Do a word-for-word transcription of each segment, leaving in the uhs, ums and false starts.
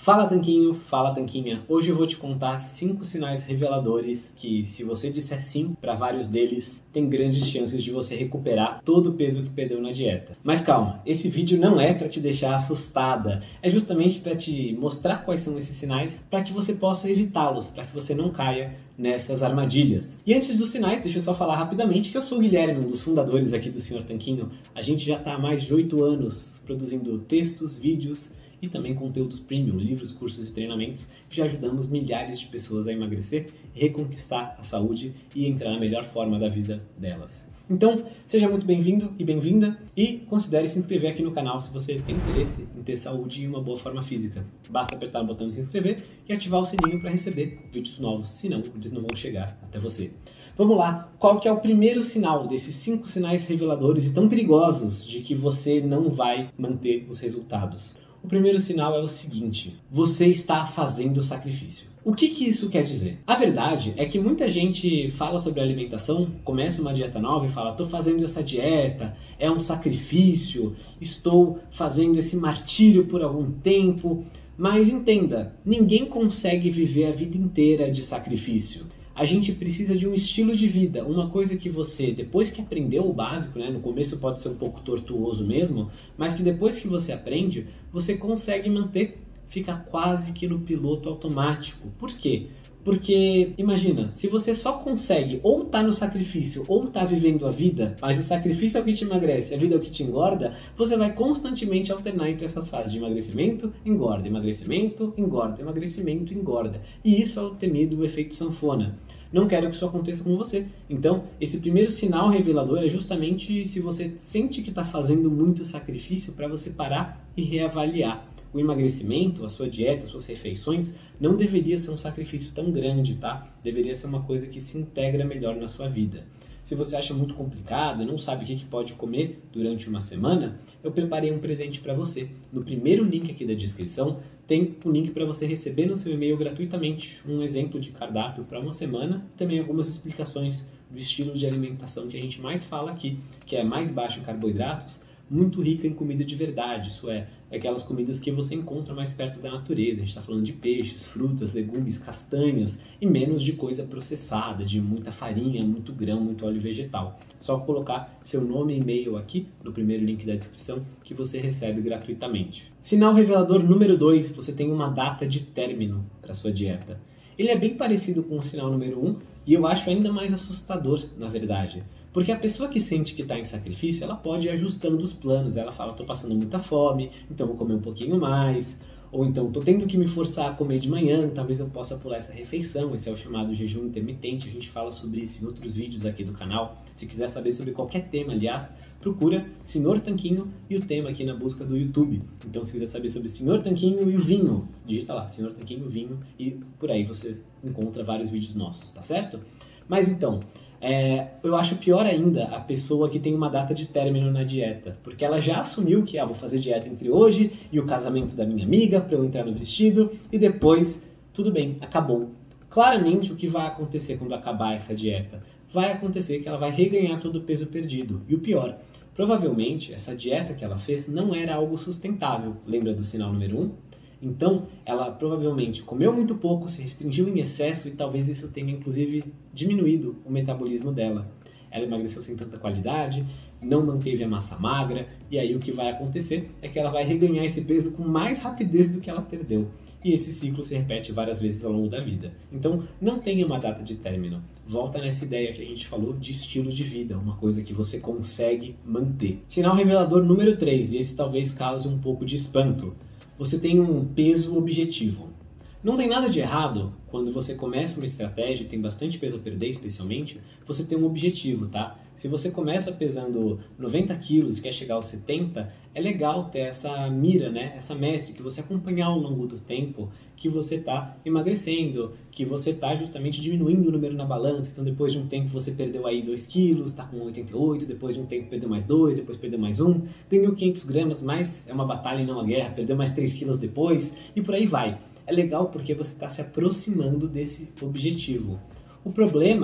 Fala Tanquinho, fala Tanquinha. Hoje eu vou te contar cinco sinais reveladores que, se você disser sim para vários deles, tem grandes chances de você recuperar todo o peso que perdeu na dieta. Mas calma, esse vídeo não é para te deixar assustada, é justamente para te mostrar quais são esses sinais para que você possa evitá-los, para que você não caia nessas armadilhas. E antes dos sinais, deixa eu só falar rapidamente que eu sou o Guilherme, um dos fundadores aqui do senhor Tanquinho. A gente já está há mais de oito anos produzindo textos, vídeos e também conteúdos premium, livros, cursos e treinamentos, que já ajudamos milhares de pessoas a emagrecer, reconquistar a saúde e entrar na melhor forma da vida delas. Então, seja muito bem-vindo e bem-vinda e considere se inscrever aqui no canal se você tem interesse em ter saúde e uma boa forma física. Basta apertar o botão de se inscrever e ativar o sininho para receber vídeos novos, senão eles não vão chegar até você. Vamos lá, qual que é o primeiro sinal desses cinco sinais reveladores e tão perigosos de que você não vai manter os resultados? O primeiro sinal é o seguinte: você está fazendo sacrifício. O que que isso quer dizer? A verdade é que muita gente fala sobre alimentação, começa uma dieta nova e fala: estou fazendo essa dieta, é um sacrifício, estou fazendo esse martírio por algum tempo. Mas entenda, ninguém consegue viver a vida inteira de sacrifício. A gente precisa de um estilo de vida, uma coisa que você, depois que aprendeu o básico, né, no começo pode ser um pouco tortuoso mesmo, mas que depois que você aprende, você consegue manter, fica quase que no piloto automático. Por quê? Porque, imagina, se você só consegue ou tá no sacrifício ou tá vivendo a vida, mas o sacrifício é o que te emagrece, a vida é o que te engorda, você vai constantemente alternar entre essas fases de emagrecimento, engorda, emagrecimento, engorda, emagrecimento, engorda. E isso é o temido efeito sanfona. Não quero que isso aconteça com você. Então, esse primeiro sinal revelador é justamente se você sente que está fazendo muito sacrifício para você parar e reavaliar. O emagrecimento, a sua dieta, as suas refeições, não deveria ser um sacrifício tão grande, tá? Deveria ser uma coisa que se integra melhor na sua vida. Se você acha muito complicado e não sabe o que pode comer durante uma semana, eu preparei um presente para você. No primeiro link aqui da descrição, tem um link para você receber no seu e-mail gratuitamente um exemplo de cardápio para uma semana e também algumas explicações do estilo de alimentação que a gente mais fala aqui, que é mais baixo em carboidratos, muito rica em comida de verdade, isso é, aquelas comidas que você encontra mais perto da natureza. A gente está falando de peixes, frutas, legumes, castanhas e menos de coisa processada, de muita farinha, muito grão, muito óleo vegetal. Só colocar seu nome e e-mail aqui no primeiro link da descrição que você recebe gratuitamente. Sinal revelador número dois, você tem uma data de término para sua dieta. Ele é bem parecido com o sinal número um e eu acho ainda mais assustador, na verdade. Porque a pessoa que sente que está em sacrifício, ela pode ir ajustando os planos. Ela fala: estou passando muita fome, então vou comer um pouquinho mais. Ou então, estou tendo que me forçar a comer de manhã, talvez eu possa pular essa refeição. Esse é o chamado jejum intermitente. A gente fala sobre isso em outros vídeos aqui do canal. Se quiser saber sobre qualquer tema, aliás, procura senhor Tanquinho e o tema aqui na busca do YouTube. Então, se quiser saber sobre senhor Tanquinho e o vinho, digita lá, senhor Tanquinho, vinho, e por aí você encontra vários vídeos nossos, tá certo? Mas então, é, eu acho pior ainda a pessoa que tem uma data de término na dieta, porque ela já assumiu que ah, vou fazer dieta entre hoje e o casamento da minha amiga para eu entrar no vestido e depois, tudo bem, acabou. Claramente o que vai acontecer quando acabar essa dieta? Vai acontecer que ela vai reganhar todo o peso perdido. E o pior, provavelmente essa dieta que ela fez não era algo sustentável. Lembra do sinal número um? Então, ela provavelmente comeu muito pouco, se restringiu em excesso e talvez isso tenha, inclusive, diminuído o metabolismo dela. Ela emagreceu sem tanta qualidade, não manteve a massa magra, e aí o que vai acontecer é que ela vai reganhar esse peso com mais rapidez do que ela perdeu. E esse ciclo se repete várias vezes ao longo da vida. Então, não tenha uma data de término. Volta nessa ideia que a gente falou de estilo de vida, uma coisa que você consegue manter. Sinal revelador número três, e esse talvez cause um pouco de espanto. Você tem um peso objetivo. Não tem nada de errado quando você começa uma estratégia e tem bastante peso a perder, especialmente, você tem um objetivo, tá? Se você começa pesando noventa quilos e quer chegar aos setenta, é legal ter essa mira, né? Essa métrica, você acompanhar ao longo do tempo que você está emagrecendo, que você está justamente diminuindo o número na balança. Então, depois de um tempo, você perdeu aí dois quilos, está com oitenta e oito, depois de um tempo perdeu mais dois, depois perdeu mais um, ganhou quinhentos gramas, mas é uma batalha e não uma guerra, perdeu mais três quilos depois, e por aí vai. É legal porque você está se aproximando desse objetivo. O problema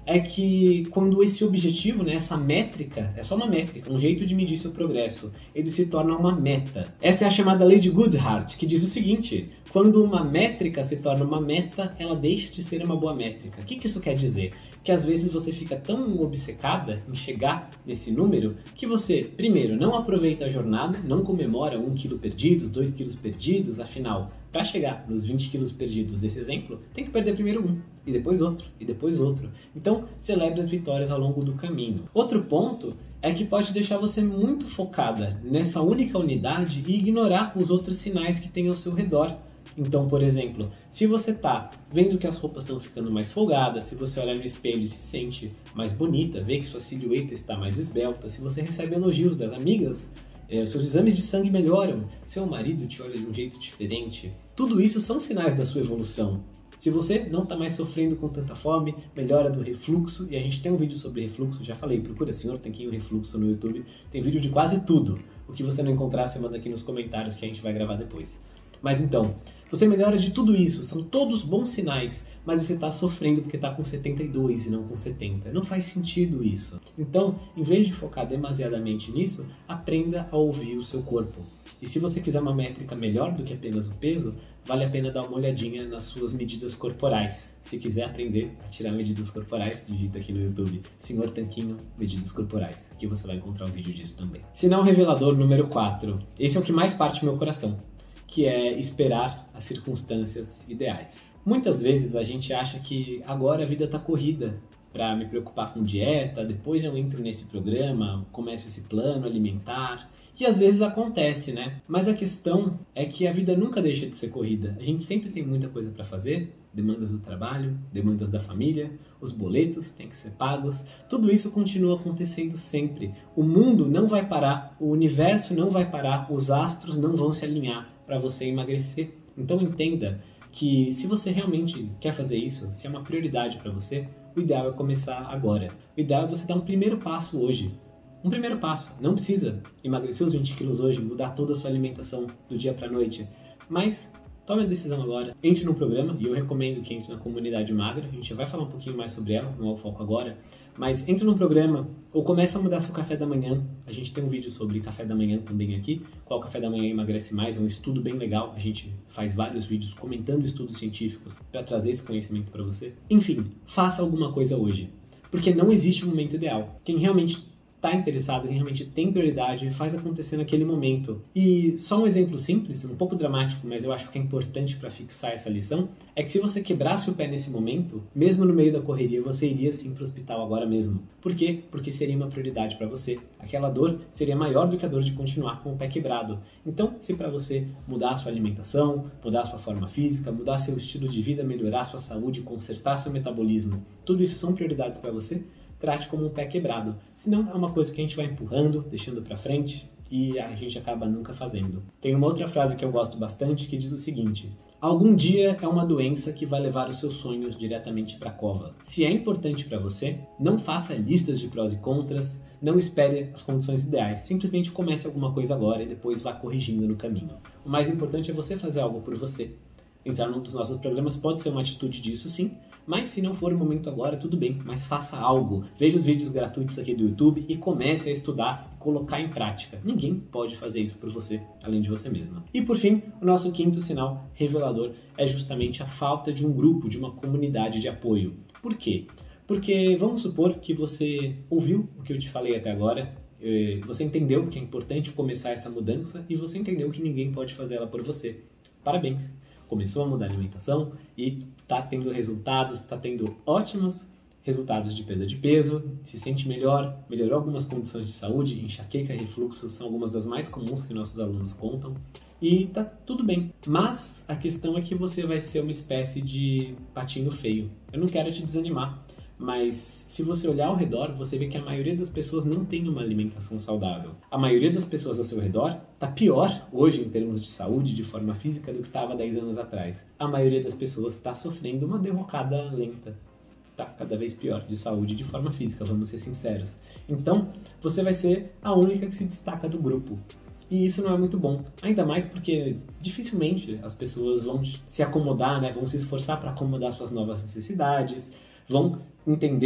é que quando esse objetivo, né, essa métrica, é só uma métrica, um jeito de medir seu progresso, ele se torna uma meta. Essa é a chamada lei de Goodhart, que diz o seguinte: quando uma métrica se torna uma meta, ela deixa de ser uma boa métrica. O que que isso quer dizer? Que às vezes você fica tão obcecada em chegar nesse número que você, primeiro, não aproveita a jornada, não comemora um quilo perdidos, dois quilos perdidos, afinal, para chegar nos vinte quilos perdidos desse exemplo, tem que perder primeiro um, e depois outro, e depois outro. Então, celebre as vitórias ao longo do caminho. Outro ponto é que pode deixar você muito focada nessa única unidade e ignorar os outros sinais que tem ao seu redor. Então, por exemplo, se você está vendo que as roupas estão ficando mais folgadas, se você olha no espelho e se sente mais bonita, vê que sua silhueta está mais esbelta, se você recebe elogios das amigas, é, seus exames de sangue melhoram, seu marido te olha de um jeito diferente, tudo isso são sinais da sua evolução. Se você não está mais sofrendo com tanta fome, melhora do refluxo, e a gente tem um vídeo sobre refluxo, já falei, procura Senhor Tanquinho Refluxo no YouTube, tem vídeo de quase tudo. O que você não encontrar, você manda aqui nos comentários que a gente vai gravar depois. Mas então, você melhora de tudo isso, são todos bons sinais, mas você está sofrendo porque está com setenta e dois e não com setenta. Não faz sentido isso. Então, em vez de focar demasiadamente nisso, aprenda a ouvir o seu corpo. E se você quiser uma métrica melhor do que apenas o peso, vale a pena dar uma olhadinha nas suas medidas corporais. Se quiser aprender a tirar medidas corporais, digita aqui no YouTube Senhor Tanquinho Medidas Corporais. Aqui você vai encontrar um vídeo disso também. Sinal revelador número quatro. Esse é o que mais parte do meu coração, que é esperar as circunstâncias ideais. Muitas vezes a gente acha que agora a vida está corrida para me preocupar com dieta, depois eu entro nesse programa, começo esse plano alimentar, e às vezes acontece, né? Mas a questão é que a vida nunca deixa de ser corrida. A gente sempre tem muita coisa para fazer, demandas do trabalho, demandas da família, os boletos têm que ser pagos, tudo isso continua acontecendo sempre. O mundo não vai parar, o universo não vai parar, os astros não vão se alinhar para você emagrecer. Então entenda que se você realmente quer fazer isso, se é uma prioridade para você, o ideal é começar agora. O ideal é você dar um primeiro passo hoje. Um primeiro passo. Não precisa emagrecer os vinte quilos hoje, mudar toda a sua alimentação do dia para a noite. Mas tome a decisão agora. Entre no programa, e eu recomendo que entre na comunidade magra. A gente vai falar um pouquinho mais sobre ela, não é o foco agora. Mas entre no programa ou comece a mudar seu café da manhã. A gente tem um vídeo sobre café da manhã também aqui. Qual café da manhã emagrece mais? É um estudo bem legal. A gente faz vários vídeos comentando estudos científicos para trazer esse conhecimento para você. Enfim, faça alguma coisa hoje. Porque não existe um momento ideal. Quem realmente está interessado, quem realmente tem prioridade, faz acontecer naquele momento. E só um exemplo simples, um pouco dramático, mas eu acho que é importante para fixar essa lição, é que se você quebrasse o pé nesse momento, mesmo no meio da correria, você iria sim para o hospital agora mesmo. Por quê? Porque seria uma prioridade para você. Aquela dor seria maior do que a dor de continuar com o pé quebrado. Então, se para você mudar a sua alimentação, mudar a sua forma física, mudar seu estilo de vida, melhorar a sua saúde, consertar seu metabolismo, tudo isso são prioridades para você, trate como um pé quebrado. Senão é uma coisa que a gente vai empurrando, deixando para frente e a gente acaba nunca fazendo. Tem uma outra frase que eu gosto bastante que diz o seguinte: algum dia é uma doença que vai levar os seus sonhos diretamente para a cova. Se é importante para você, não faça listas de prós e contras, não espere as condições ideais, simplesmente comece alguma coisa agora e depois vá corrigindo no caminho. O mais importante é você fazer algo por você. Entrar num dos nossos programas pode ser uma atitude disso sim, mas se não for o momento agora, tudo bem, mas faça algo. Veja os vídeos gratuitos aqui do YouTube e comece a estudar e colocar em prática. Ninguém pode fazer isso por você, além de você mesma. E por fim, o nosso quinto sinal revelador é justamente a falta de um grupo, de uma comunidade de apoio. Por quê? Porque vamos supor que você ouviu o que eu te falei até agora, você entendeu que é importante começar essa mudança e você entendeu que ninguém pode fazer ela por você. Parabéns! Começou a mudar a alimentação e está tendo resultados, está tendo ótimos resultados de perda de peso, se sente melhor, melhorou algumas condições de saúde, enxaqueca e refluxo são algumas das mais comuns que nossos alunos contam e tá tudo bem. Mas a questão é que você vai ser uma espécie de patinho feio. Eu não quero te desanimar, mas se você olhar ao redor, você vê que a maioria das pessoas não tem uma alimentação saudável. A maioria das pessoas ao seu redor está pior hoje em termos de saúde, de forma física, do que estava dez anos atrás. A maioria das pessoas está sofrendo uma derrocada lenta. Está cada vez pior de saúde de forma física, vamos ser sinceros. Então, você vai ser a única que se destaca do grupo. E isso não é muito bom, ainda mais porque dificilmente as pessoas vão se acomodar, né? Vão se esforçar para acomodar suas novas necessidades, vão entender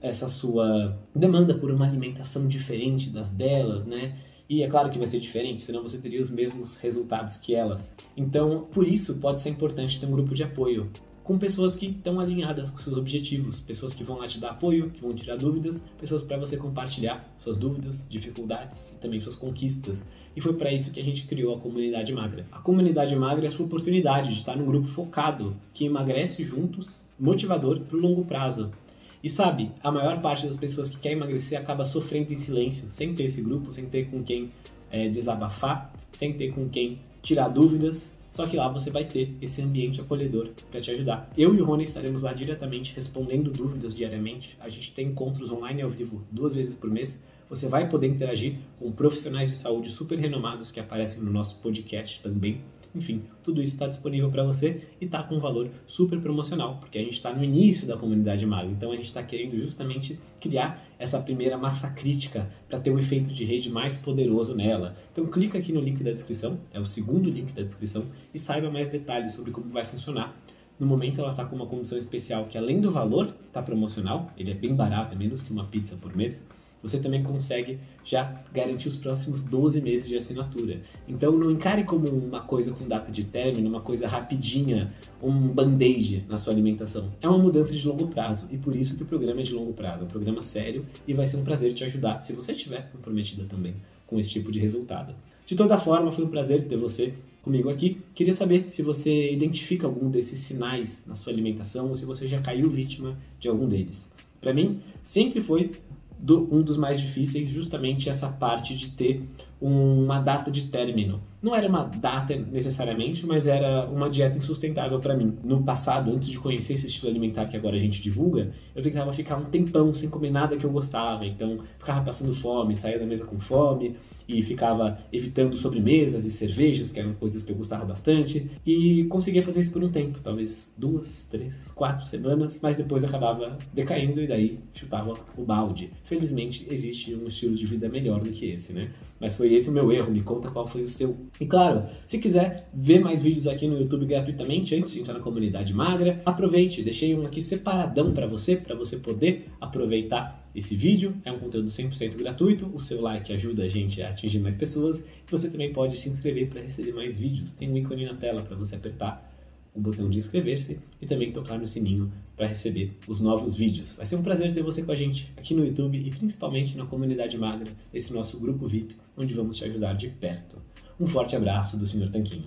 essa sua demanda por uma alimentação diferente das delas, né? E é claro que vai ser diferente, senão você teria os mesmos resultados que elas. Então, por isso, pode ser importante ter um grupo de apoio, com pessoas que estão alinhadas com seus objetivos, pessoas que vão lá te dar apoio, que vão tirar dúvidas, pessoas para você compartilhar suas dúvidas, dificuldades e também suas conquistas. E foi para isso que a gente criou a Comunidade Magra. A Comunidade Magra é a sua oportunidade de estar num grupo focado, que emagrece juntos, motivador para o longo prazo. E sabe, a maior parte das pessoas que quer emagrecer acaba sofrendo em silêncio, sem ter esse grupo, sem ter com quem é, desabafar, sem ter com quem tirar dúvidas. Só que lá você vai ter esse ambiente acolhedor para te ajudar. Eu e o Rony estaremos lá diretamente respondendo dúvidas diariamente. A gente tem encontros online ao vivo duas vezes por mês. Você vai poder interagir com profissionais de saúde super renomados que aparecem no nosso podcast também. Enfim, tudo isso está disponível para você e está com um valor super promocional, porque a gente está no início da Comunidade Magra, então a gente está querendo justamente criar essa primeira massa crítica para ter um efeito de rede mais poderoso nela. Então clica aqui no link da descrição, é o segundo link da descrição, e saiba mais detalhes sobre como vai funcionar. No momento ela está com uma condição especial que, além do valor, está promocional, ele é bem barato, é menos que uma pizza por mês. Você também consegue já garantir os próximos doze meses de assinatura. Então não encare como uma coisa com data de término, uma coisa rapidinha, um band-aid na sua alimentação. É uma mudança de longo prazo e por isso que o programa é de longo prazo. É um programa sério e vai ser um prazer te ajudar, se você estiver comprometida também com esse tipo de resultado. De toda forma, foi um prazer ter você comigo aqui. Queria saber se você identifica algum desses sinais na sua alimentação ou se você já caiu vítima de algum deles. Para mim, sempre foi Do, um dos mais difíceis, justamente essa parte de ter uma data de término. Não era uma data necessariamente, mas era uma dieta insustentável para mim. No passado, antes de conhecer esse estilo alimentar que agora a gente divulga, eu tentava ficar um tempão sem comer nada que eu gostava. Então, ficava passando fome, saía da mesa com fome e ficava evitando sobremesas e cervejas, que eram coisas que eu gostava bastante. E conseguia fazer isso por um tempo, talvez duas, três, quatro semanas, mas depois acabava decaindo e daí chutava o balde. Felizmente, existe um estilo de vida melhor do que esse, né? Mas foi esse o meu erro, me conta qual foi o seu. E claro, se quiser ver mais vídeos aqui no YouTube gratuitamente, antes de entrar na Comunidade Magra, aproveite, deixei um aqui separadão para você, para você poder aproveitar esse vídeo. É um conteúdo cem por cento gratuito, o seu like ajuda a gente a atingir mais pessoas, e você também pode se inscrever para receber mais vídeos. Tem um ícone na tela para você apertar o botão de inscrever-se e também tocar no sininho para receber os novos vídeos. Vai ser um prazer ter você com a gente aqui no YouTube e principalmente na Comunidade Magra, esse nosso grupo V I P, onde vamos te ajudar de perto. Um forte abraço do senhor Tanquinho.